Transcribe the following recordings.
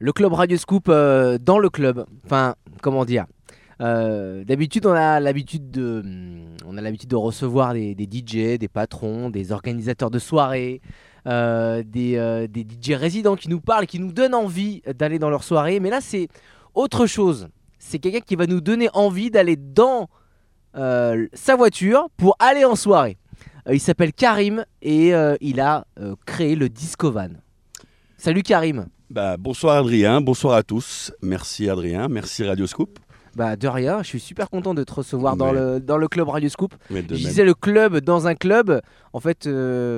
Le club Radio Scoop dans le club. Enfin, comment dire d'habitude, on a l'habitude de recevoir des DJ, des patrons, des organisateurs de soirées, des DJ résidents qui nous parlent, qui nous donnent envie d'aller dans leur soirée. Mais là, c'est autre chose. C'est quelqu'un qui va nous donner envie d'aller dans sa voiture pour aller en soirée. Il s'appelle Karim et il a créé le Discovan. Salut Karim. Bonsoir Adrien, bonsoir à tous. Merci Adrien, merci Radio Scoop. De rien, je suis super content de te recevoir dans le club Radio Scoop. Je disais le club dans un club. En fait, tu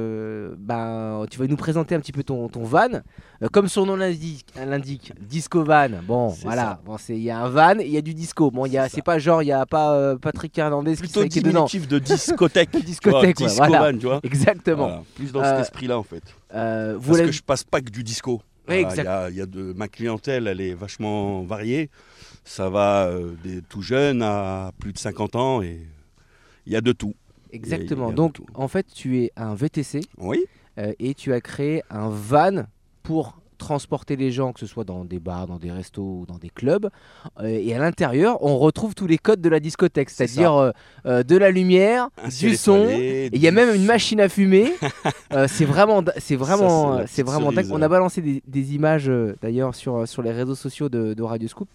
vas nous présenter un petit peu ton van. Comme son nom l'indique, Discovan. Bon, c'est voilà. Il y a un van et il y a du disco. Bon, c'est pas genre, il n'y a pas Patrick Hernandez qui est dedans. Plutôt diminutif de discothèque. Discothèque, Discovan, tu vois. Exactement. Voilà. Plus dans cet esprit-là, en fait. Parce que je passe pas que du disco. Oui, ma clientèle, elle est vachement variée. Ça va des tout jeunes à plus de 50 ans et il y a de tout. Exactement. Donc, en fait, tu es un VTC. Oui. Et tu as créé un van pour transporter les gens, que ce soit dans des bars, dans des restos ou dans des clubs. Et à l'intérieur, on retrouve tous les codes de la discothèque, c'est-à-dire de la lumière, du son. Et il y a même une machine à fumer. C'est vraiment dingue. On a balancé des images d'ailleurs sur les réseaux sociaux de Radio Scoop.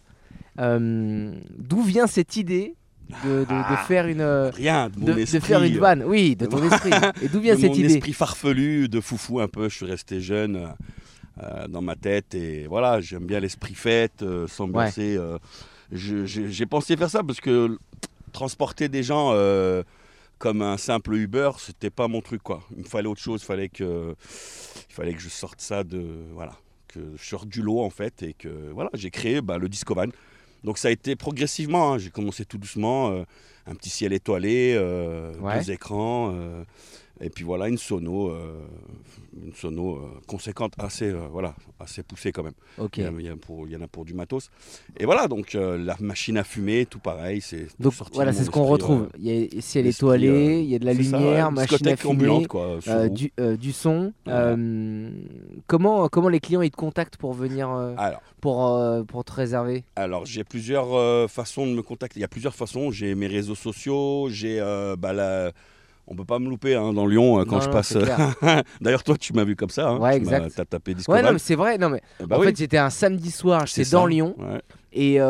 D'où vient cette idée de faire faire une vanne, oui, de ton esprit. Et d'où vient cette idée? Mon esprit farfelu de foufou un peu. Je suis resté jeune dans ma tête et voilà, j'aime bien l'esprit fête, s'ambiancer. Ouais. J'ai pensé faire ça parce que transporter des gens comme un simple Uber, c'était pas mon truc quoi. Il me fallait autre chose, il fallait que je sorte ça que je sorte du lot en fait et que voilà, j'ai créé le Discovan. Donc ça a été progressivement, j'ai commencé tout doucement, un petit ciel étoilé, 2 écrans, et puis voilà une sono conséquente, assez poussée quand même. Okay. Il y en a pour du matos. Et voilà, donc la machine à fumer, tout pareil. Donc voilà, c'est ce qu'on retrouve. Il y a ciel étoilé, il y a de la lumière, machine à fumer, ambulante, quoi, du son. Voilà. Comment les clients ils te contactent pour venir pour te réserver? Alors j'ai plusieurs façons de me contacter. Il y a plusieurs façons. J'ai mes réseaux sociaux, j'ai on peut pas me louper dans Lyon quand je passe. D'ailleurs, toi, tu m'as vu comme ça. Ouais, exact. T'as tapé Discovan. Ouais, non, mais c'est vrai. Non, mais en fait, j'étais un samedi soir, j'étais dans Lyon. Ouais. Et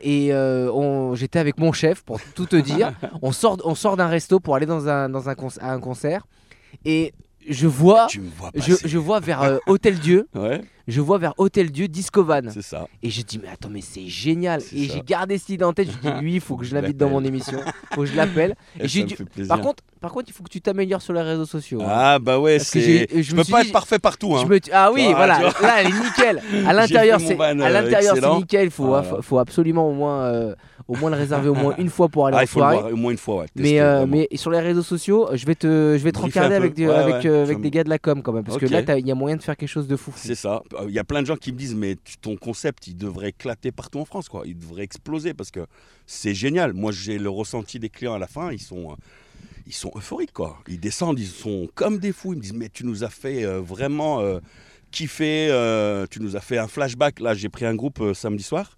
j'étais avec mon chef, pour tout te dire. on sort d'un resto pour aller à un concert. Et je vois vers Hôtel Dieu. Ouais. Je vois vers Hôtel Dieu Discovan. C'est ça. Et je dis mais attends, mais c'est génial. J'ai gardé cette idée en tête. Je dis lui, il faut que je l'invite dans mon émission. Il faut que je l'appelle. Et ça me fait plaisir. Par contre, il faut que tu t'améliores sur les réseaux sociaux. Ah bah ouais, je peux pas être parfait partout. Ah oui, voilà. Là, elle est nickel. À l'intérieur, c'est nickel. Il faut absolument au moins le réserver au moins une fois pour aller en soirée. Il faut au moins une fois. Mais sur les réseaux sociaux, je vais te rencarder avec des gars de la com quand même, parce que là, il y a moyen de faire quelque chose de fou. C'est ça. Il y a plein de gens qui me disent mais ton concept, il devrait éclater partout en France, quoi. Il devrait exploser parce que c'est génial. Moi, j'ai le ressenti des clients à la fin. Ils sont euphoriques, quoi. Ils descendent, ils sont comme des fous. Ils me disent mais tu nous as fait vraiment kiffer. Tu nous as fait un flashback. Là, j'ai pris un groupe samedi soir.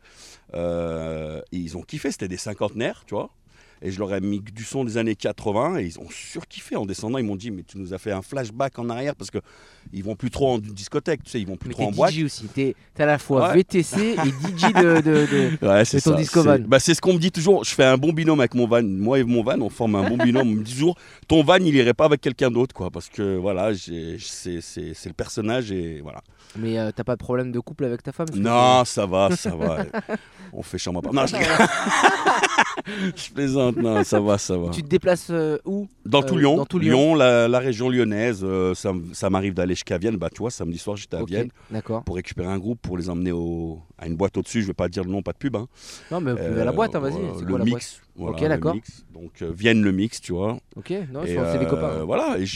Ils ont kiffé. C'était des cinquantenaires, tu vois. Et je leur ai mis du son des années 80 et ils ont surkiffé en descendant. Ils m'ont dit mais tu nous as fait un flashback en arrière parce que ils vont plus trop en discothèque, tu sais, ils vont plus trop en boîte. DJ aussi, t'es à la fois VTC et DJ de ton Discovan. C'est ce qu'on me dit toujours. Je fais un bon binôme avec mon van. Moi et mon van, on forme un bon binôme. On me dit toujours ton van, il irait pas avec quelqu'un d'autre, quoi, parce que voilà, c'est le personnage et voilà. Mais t'as pas de problème de couple avec ta femme? Non, ça va. On fait chambre à part. Non, je plaisante. Non, ça va. Tu te déplaces où? Dans tout Lyon. Lyon, la région lyonnaise. Ça m'arrive d'aller jusqu'à Vienne. Tu vois, samedi soir, j'étais à Vienne pour récupérer un groupe, pour les emmener à une boîte au-dessus. Je vais pas dire le nom, pas de pub. Non, mais à la boîte, vas-y. C'est quoi la mix. Voilà, ok, d'accord. Le mix. Donc Vienne le mix, tu vois. Ok, non, c'est des copains. Voilà, et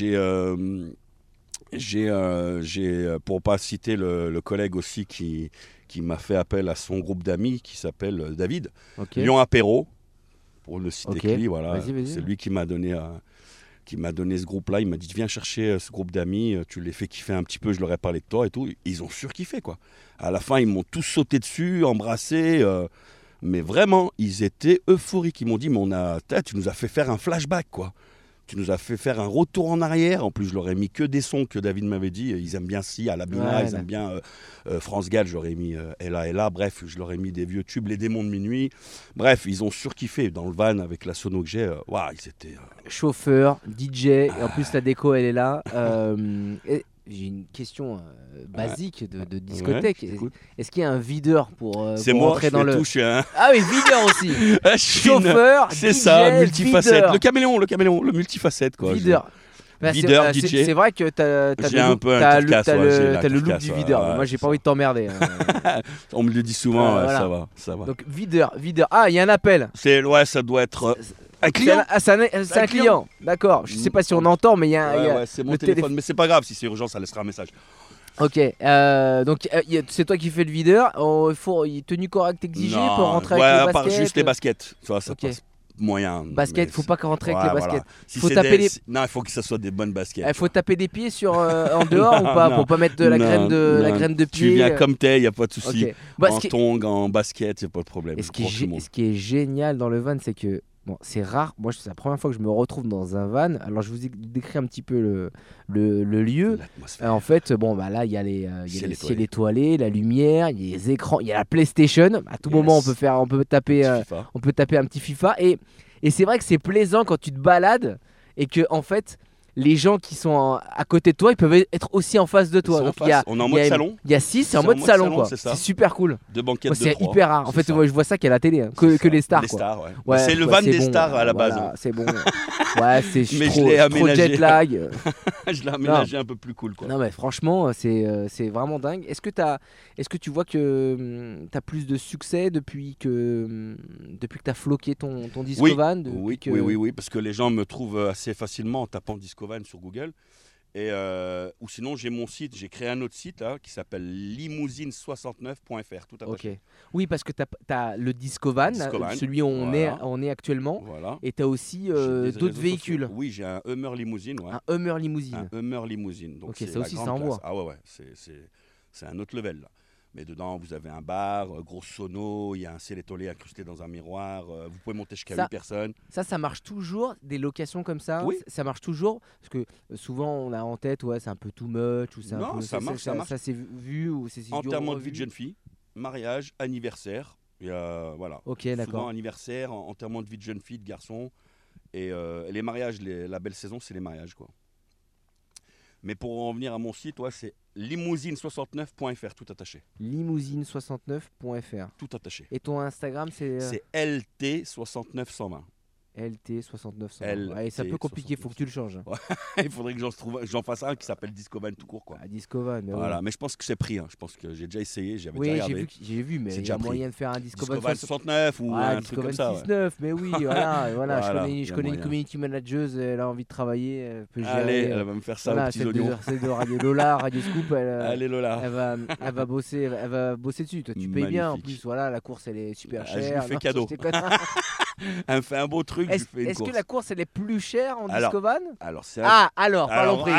j'ai pour pas citer le collègue aussi qui m'a fait appel à son groupe d'amis qui s'appelle David. Okay. Lyon Apéro, pour le citer okay. lui, voilà. Vas-y. C'est lui qui m'a donné qui m'a donné ce groupe-là. Il m'a dit viens chercher ce groupe d'amis, tu les fais kiffer un petit peu, je leur ai parlé de toi et tout. Ils ont surkiffé quoi. À la fin, ils m'ont tous sauté dessus, embrassé. Mais vraiment, ils étaient euphoriques. Ils m'ont dit mais tu nous as fait faire un flashback quoi. Tu nous as fait faire un retour en arrière. En plus, je leur ai mis que des sons que David m'avait dit. Ils aiment bien Si, Alabina, ils aiment bien France Gall. J'aurais mis Ella. Bref, je leur ai mis des vieux tubes, Les Démons de Minuit. Bref, ils ont surkiffé dans le van avec la sono que j'ai. Waouh, ils étaient. Chauffeur, DJ, et en plus la déco elle est là. J'ai une question basique de discothèque. Ouais, est-ce qu'il y a un videur pour c'est pour moi, entrer je dans fais le... tout, je suis un... Ah oui, videur aussi. Chauffeur, c'est DJ, ça, multifacette. videur. Le caméléon, le multifacette quoi. Videur. Bah, Videur, c'est, DJ. c'est vrai que t'as J'ai le un look, peu un t'as kick le, ass, t'as ouais, j'ai le, la t'as le kick look ass, du ouais, videur. ouais, Moi j'ai c'est pas ça. envie de t'emmerder. On me le dit souvent, Voilà. ça va. Donc videur. Ah, il y a un appel. Ça doit être un client. C'est un client. D'accord. Je sais pas si on entend, mais il y a. Ouais, c'est mon téléphone, mais c'est pas grave. Si c'est urgent, ça laissera un message. Ok, donc c'est toi qui fais le videur. Il faut tenue correcte exigée Non, pour rentrer ouais, avec les à part baskets. juste les baskets. Tu vois, ça Ok. passe moyen. Basket, mais faut pas rentrer avec ouais, les baskets. voilà. Si Faut c'est taper Non, il faut que ça soit des bonnes baskets. Il faut taper des pieds en dehors ou pas Non, pour pas mettre de la graine de la non. graine de Tu pied. viens comme t'es, y a pas de souci. Ok. Bah, En tongs, en basket, y a pas de problème. Et ce qui est génial dans le van, c'est que bon, c'est rare. Moi, c'est la première fois que je me retrouve dans un van. Alors, je vous ai décrit un petit peu le lieu. En fait, bon, bah là, il y a les ciels étoilés, la lumière, il y a les écrans, il y a la PlayStation. À tout moment, on peut taper un petit FIFA. Et c'est vrai que c'est plaisant quand tu te balades et que en fait. Les gens qui sont à côté de toi, ils peuvent être aussi en face de toi. Donc, on est en mode salon. Il y a 6, c'est en mode salon quoi. C'est super cool. Deux banquettes de 3. C'est hyper rare. En fait, moi, je vois ça qu'à la télé, que les stars. Les quoi. stars, ouais. C'est le van des stars à la base. Voilà, c'est bon. Ouais, c'est mais trop, je l'ai aménagé. jet lag. Je l'ai aménagé un peu plus cool quoi. Non mais franchement, c'est vraiment dingue. Est-ce que tu vois que tu as plus de succès depuis que tu as floqué ton Discovan Oui, parce que les gens me trouvent assez facilement en tapant Discovan sur Google. Ou sinon, j'ai mon site, j'ai créé un autre site là, qui s'appelle limousine69.fr, tout attaché. Ok. Oui, parce que tu as le Discovan, celui où on est actuellement, et tu as aussi d'autres véhicules. Sociaux. Oui, j'ai un Hummer Limousine. Ouais. Un Hummer Limousine. Un Hummer Limousine. Donc ok, ça aussi, ça envoie. Ah ouais, c'est un autre level là. Mais dedans, vous avez un bar, grosse sono, il y a un ciel étoilé incrusté dans un miroir. Vous pouvez monter jusqu'à 8 personnes. Ça marche toujours, des locations comme ça. Oui. Ça marche toujours. Parce que souvent, on a en tête, c'est un peu too much. Ou c'est non, un peu, ça marche. Ça s'est vu ou c'est enterrement de vie de jeune fille, mariage, anniversaire. Voilà. Ok, d'accord. Souvent anniversaire, enterrement de vie de jeune fille, de garçon. Et les mariages, la belle saison, c'est les mariages, quoi. Mais pour en venir à mon site, c'est limousine69.fr, tout attaché. Limousine69.fr. Tout attaché. Et ton Instagram, c'est C'est LT69120. LT69120. Ouais, c'est un peu compliqué, il faut que tu le changes. Ouais. Il faudrait que j'en fasse un qui s'appelle Discovan tout court. Quoi. Discovan, mais voilà, mais je pense que c'est pris. Je pense que j'ai déjà essayé, j'avais déjà regardé. J'ai vu, mais il y a moyen de faire un Discovan 69 ou un truc comme ça. Discovan 69, mais oui, voilà. Je connais une community manager, elle a envie de travailler. Elle peut gérer, allez, elle va me faire ça aux petits oignons. C'est de Radio Lola, Radio Scoop. Allez Lola. Elle va bosser dessus. Toi, tu payes bien en plus. Voilà, la course, elle est super chère. Je lui fais cadeau. Elle me fait un beau truc, je fais une course. Est-ce que la course elle est plus chère en Discovan ? Parlons prix.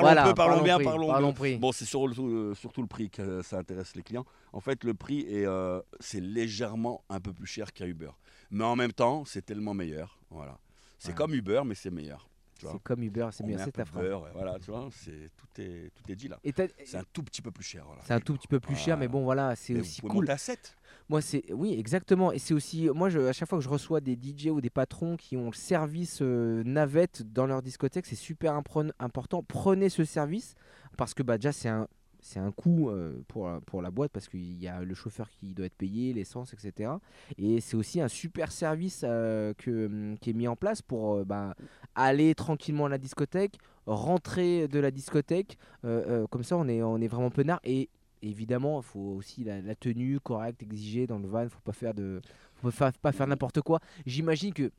Parlons prix. Bon, c'est surtout le prix que ça intéresse les clients. En fait, le prix c'est légèrement un peu plus cher qu'à Uber. Mais en même temps, c'est tellement meilleur. Voilà. C'est comme Uber, mais c'est meilleur. C'est comme Uber, c'est meilleur, c'est ta phrase. Voilà, tu vois, tout est dit là. C'est un tout petit peu plus cher. Voilà. C'est un tout petit peu plus cher, mais bon, voilà, c'est aussi vous cool. Monter à 7. Moi, oui, exactement. Et c'est aussi, à chaque fois que je reçois des DJ ou des patrons qui ont le service navette dans leur discothèque, c'est super important. Prenez ce service parce que déjà, c'est un coût pour la boîte parce qu'il y a le chauffeur qui doit être payé, l'essence, etc. Et c'est aussi un super service qui est mis en place pour aller tranquillement à la discothèque, rentrer de la discothèque. Comme ça, on est vraiment peinard. Et évidemment, il faut aussi la tenue correcte exigée dans le van. Il ne faut pas faire n'importe quoi. J'imagine que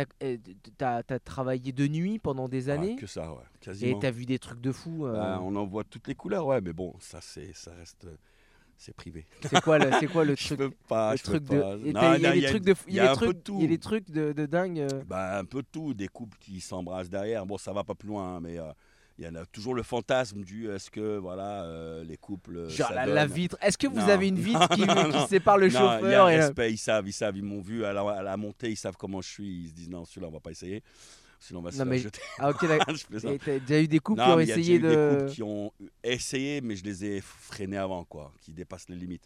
t'as travaillé de nuit pendant des années. Que ça, ouais, quasiment. Et t'as vu des trucs de fou. On en voit toutes les couleurs, ouais, mais bon, ça reste C'est privé. C'est quoi le Je truc? peux pas, Le je peux truc de. pas. Il y Non, a non, des trucs de. il y a un peu de tout. Il y a des trucs de dingue. Bah, un peu de tout, des couples qui s'embrassent derrière. Bon, ça va pas plus loin, hein, mais il y en a toujours le fantasme du est-ce que voilà les couples Genre ça la donne. vitre. Est-ce que vous Non, avez une vitre non, qui non. sépare le Non, il y a chauffeur et respect, ils savent, ils m'ont vu à la montée, ils savent comment je suis, ils se disent non, celui-là on va pas essayer, sinon on va se Non faire mais. jeter. Ah ok, d'accord. Je plaisante. Et t'as déjà eu des couples qui Non, ont mais il y a déjà essayé eu des couples de. qui ont essayé, mais je les ai freinés avant, quoi, qui dépassent les limites.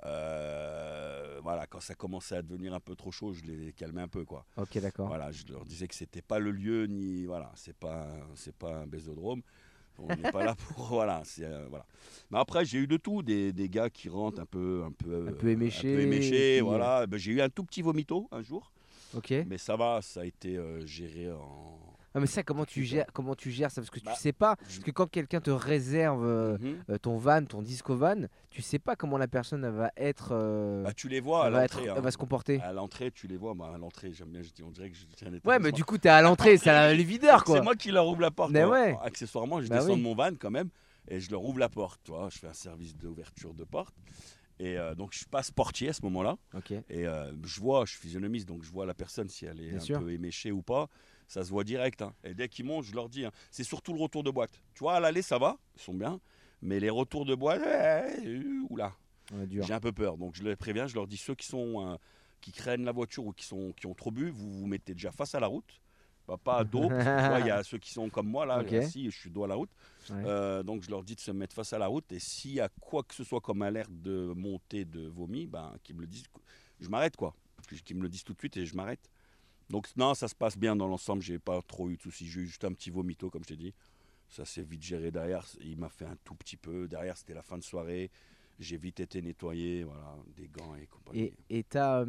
Voilà, quand ça commençait à devenir un peu trop chaud, je les calmais un peu, quoi. Ok, d'accord. Voilà, je leur disais que c'était pas le lieu, ni voilà, c'est pas un bésodrome. On n'est pas là pour voilà, voilà. Mais après j'ai eu de tout, des gars qui rentrent un peu éméchés, qui, voilà. Ben, j'ai eu un tout petit vomito un jour, Ok. mais ça va, ça a été géré en. Ah, mais ça, tout de suite, hein. comment tu gères ça? Parce que tu Bah, sais pas. Parce que quand quelqu'un te réserve Mhm. ton van, ton disco van, tu sais pas comment la personne elle va être. Bah, tu les vois à Elle va l'entrée. elle va se comporter. À l'entrée, tu les vois. Moi, à l'entrée, j'aime bien. On dirait que je tiens un Ouais, établissement. mais du coup, t'es à l'entrée, c'est les videurs quoi. C'est moi qui leur ouvre la porte. Mais Alors, ouais. accessoirement, je Bah descends oui. de mon van quand même et je leur ouvre la porte. Tu vois, je fais un service d'ouverture de porte. Et donc, je passe portier à ce moment-là. Ok. Et je suis physionomiste, donc je vois la personne si elle est Bien un sûr. peu éméchée ou pas. Ça se voit direct, hein. Et dès qu'ils montent, je leur dis, hein, c'est surtout le retour de boîte. Tu vois, à l'aller, ça va, ils sont bien. Mais les retours de boîte, oula, Ouais, dur. j'ai un peu peur. Donc je les préviens, je leur dis, ceux qui craignent la voiture ou qui ont trop bu, vous vous mettez déjà face à la route. Bah, pas à dos, parce que tu vois, il y a ceux qui sont comme moi, là, Ok. assis, je suis dos à la route. Ouais. Donc je leur dis de se mettre face à la route. Et s'il y a quoi que ce soit comme alerte de montée de vomi, ben, qu'ils me le disent, je m'arrête, quoi. Qu'ils me le disent tout de suite et je m'arrête. Donc non, ça se passe bien dans l'ensemble, j'ai pas trop eu de soucis, j'ai eu juste un petit vomito comme je t'ai dit. Ça s'est vite géré derrière, il m'a fait un tout petit peu. Derrière, c'était la fin de soirée, j'ai vite été nettoyé, voilà, des gants et compagnie. Et t'as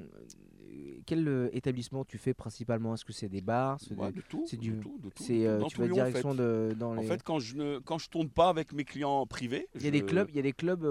quel établissement tu fais principalement? Est-ce que c'est des bars? Ouais, de tout, C'est de du. tout, de tout, C'est de tout. Dans tu tout vas Lyon, en direction fait. dans En les. fait, quand je tourne pas avec mes clients privés, Il y a des clubs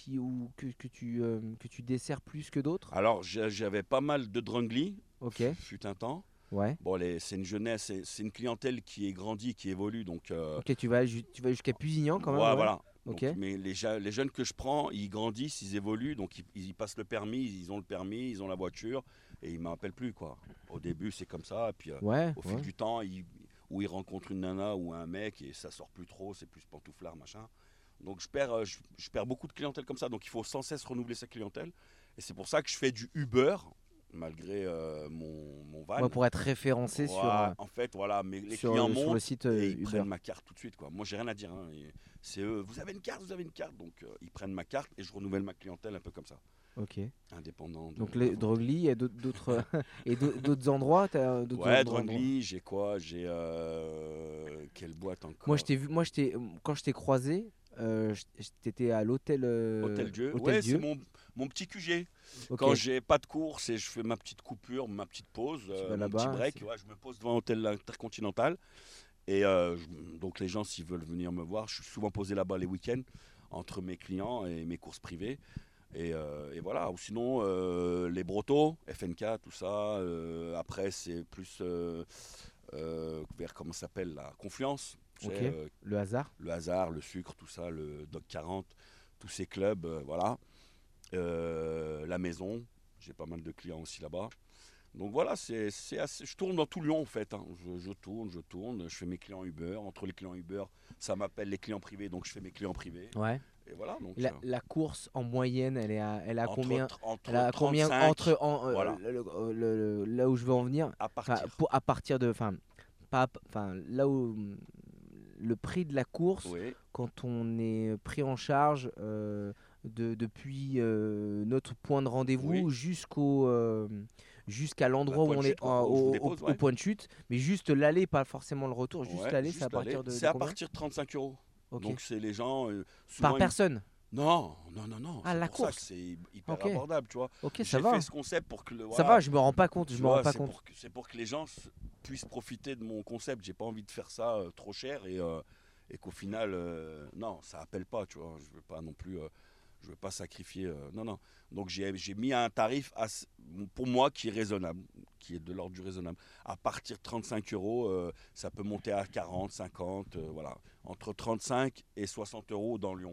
que tu desserres plus que d'autres. alors j'avais pas mal de drungly, Ok. fut un temps. Ouais. Bon, c'est une jeunesse, c'est une clientèle qui est grandie, qui évolue, donc Ok, tu vas jusqu'à Pusignan quand même. ouais, Ouais. voilà. Ok. Donc, mais les jeunes que je prends, ils grandissent, ils évoluent, donc ils passent le permis, ils ont le permis, ils ont la voiture, et ils ne m'appellent plus, quoi. Au début, c'est comme ça, et puis Ouais. au fil du temps, où ils rencontrent une nana ou un mec, et ça sort plus trop, c'est plus pantouflard, machin. Donc je perds beaucoup de clientèle comme ça, donc il faut sans cesse renouveler sa clientèle. Et c'est pour ça que je fais du Uber, malgré mon van. Ouais, pour être référencé Ouais, en fait, voilà, mais les sur clients le montent site et ils Uber. prennent ma carte tout de suite, quoi. Moi, j'ai rien à dire, hein. C'est eux, vous avez une carte. Donc, ils prennent ma carte et je renouvelle ma clientèle un peu comme ça, Ok. indépendant. Donc les Drogly et d'autres et d'autres endroits. T'as d'autres Ouais, endroits. Drungly, j'ai quoi? J'ai quelle boîte encore? Moi, quand je t'ai croisé, t'étais à l'hôtel. Hôtel Dieu. Hôtel Ouais, Dieu. c'est mon petit QG. Ok. Quand j'ai pas de course et je fais ma petite coupure, ma petite pause, vas mon là-bas, petit break, c'est- ouais, je me pose devant Hôtel Intercontinental. Et donc les gens, s'ils veulent venir me voir, je suis souvent posé là-bas les week-ends entre mes clients et mes courses privées. Et voilà. Ou sinon, les Brotos, FNK, tout ça. Après, c'est plus vers comment ça s'appelle la Confiance. Tu Ok. sais, Le hasard. le hasard, le sucre, tout ça, le Doc 40, tous ces clubs, voilà. La maison, j'ai pas mal de clients aussi là-bas. Donc voilà, c'est assez... je tourne dans tout Lyon en fait, hein. Je tourne, je fais mes clients Uber. Entre les clients Uber, ça m'appelle les clients privés, donc je fais mes clients privés. Ouais. Et voilà, donc La course en moyenne, elle est à combien? entre Elle a combien 35, entre voilà, là où je veux en venir? à Enfin, partir. à partir de, là où le prix de la course, Oui, quand on est pris en charge depuis notre point de rendez-vous oui. jusqu'à l'endroit où Point de on est chute, quoi, où je vous dépose, au ouais. point de chute, mais juste l'aller, pas forcément le retour, juste Ouais, l'aller, juste c'est à partir l'aller. de C'est à combien? partir de 35 euros. Ok. Donc c'est les gens. Par Souvent, personne? Non. Ah, C'est la pour ça que course. c'est hyper Ok. abordable, tu vois. Ok, ça J'ai va. fait ce concept pour que Ça voilà, va, je me rends pas compte, je tu me rends vois, pas compte. c'est pour que les gens puissent profiter de mon concept. J'ai pas envie de faire ça trop cher et qu'au final, non, ça appelle pas, tu vois. Je veux pas non plus, je veux pas sacrifier. Non. Donc j'ai mis un tarif pour moi qui est raisonnable, qui est de l'ordre du raisonnable. À partir de 35 euros, ça peut monter à 40, 50, voilà. Entre 35 et 60 euros dans Lyon.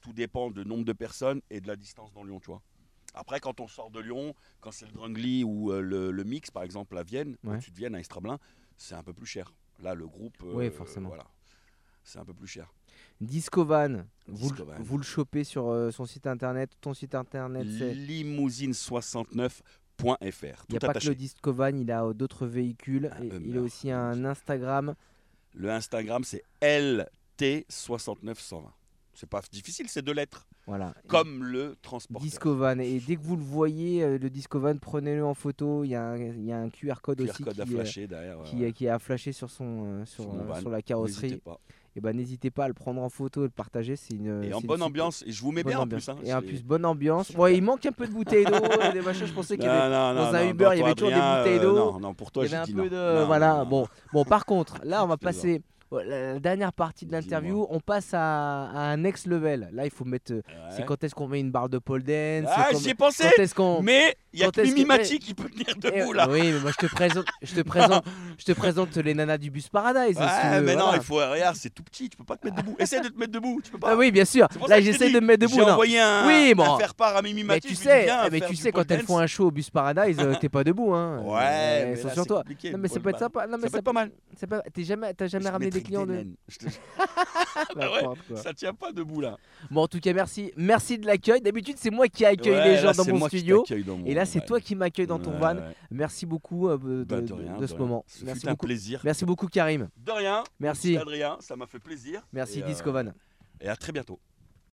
tout dépend du nombre de personnes et de la distance dans Lyon, tu vois. Après, quand on sort de Lyon, quand c'est le Drungly ou le Mix, par exemple, à Vienne, au-dessus de Vienne, à Estrablin, c'est un peu plus cher. Là, le groupe, Oui, forcément. voilà, c'est un peu plus cher. Discovan, vous le chopez sur son site internet. Ton site internet, c'est limousine69.fr. Il n'y a pas que le Discovan, il a d'autres véhicules. Il a aussi un Instagram. Le Instagram, c'est LT69120. C'est pas difficile, c'est 2 lettres. Voilà. Comme le transporteur. Discovan. Et dès que vous le voyez, le Discovan, prenez-le en photo. Il y a un QR code aussi à flasher derrière, qui est à flasher sur la carrosserie. N'hésitez pas. Et n'hésitez pas à le prendre en photo et le partager. Et en bonne ambiance. Et je vous mets bien ambiance. en plus. Et en plus, bonne ambiance. Ouais, il manque un peu de bouteilles d'eau. Des machins, je pensais qu'il y avait dans un Uber, il y avait toujours des bouteilles d'eau. Non, pour toi, il y avait j'ai un dit peu non. de. Voilà. Bon, par contre, là, on va passer. La dernière partie de l'interview, on passe à un next level. Là, il faut mettre. C'est quand est-ce qu'on met une barre de pole dance. J'y ai pensé. Mais il y a que Mimi Mati qui peut tenir debout là. Oui, mais moi je te présente les nanas du Bus Paradise. Ouais, mais non, il faut. Regarde, c'est tout petit. Tu peux pas te mettre debout. Essaie de te mettre debout. Tu peux pas. Ah oui, bien sûr. Là, j'essaie de me mettre debout. J'ai envoyé un faire part à Mimi Mati. Mais tu sais, quand elles font un show au Bus Paradise, t'es pas debout. Ouais, mais sur toi. Non, mais ça peut être sympa. Ça peut être pas mal. T'as jamais ramené des clients de. Ça tient pas debout là. Bon, en tout cas, merci de l'accueil. D'habitude, c'est moi qui accueille les gens dans mon studio. Et là, c'est toi qui m'accueille dans ton van. Merci beaucoup de ce moment. Merci beaucoup. Plaisir. Merci beaucoup, Karim. De rien. Merci. Adrien, ça m'a fait plaisir. Merci, Discovan. Et à très bientôt.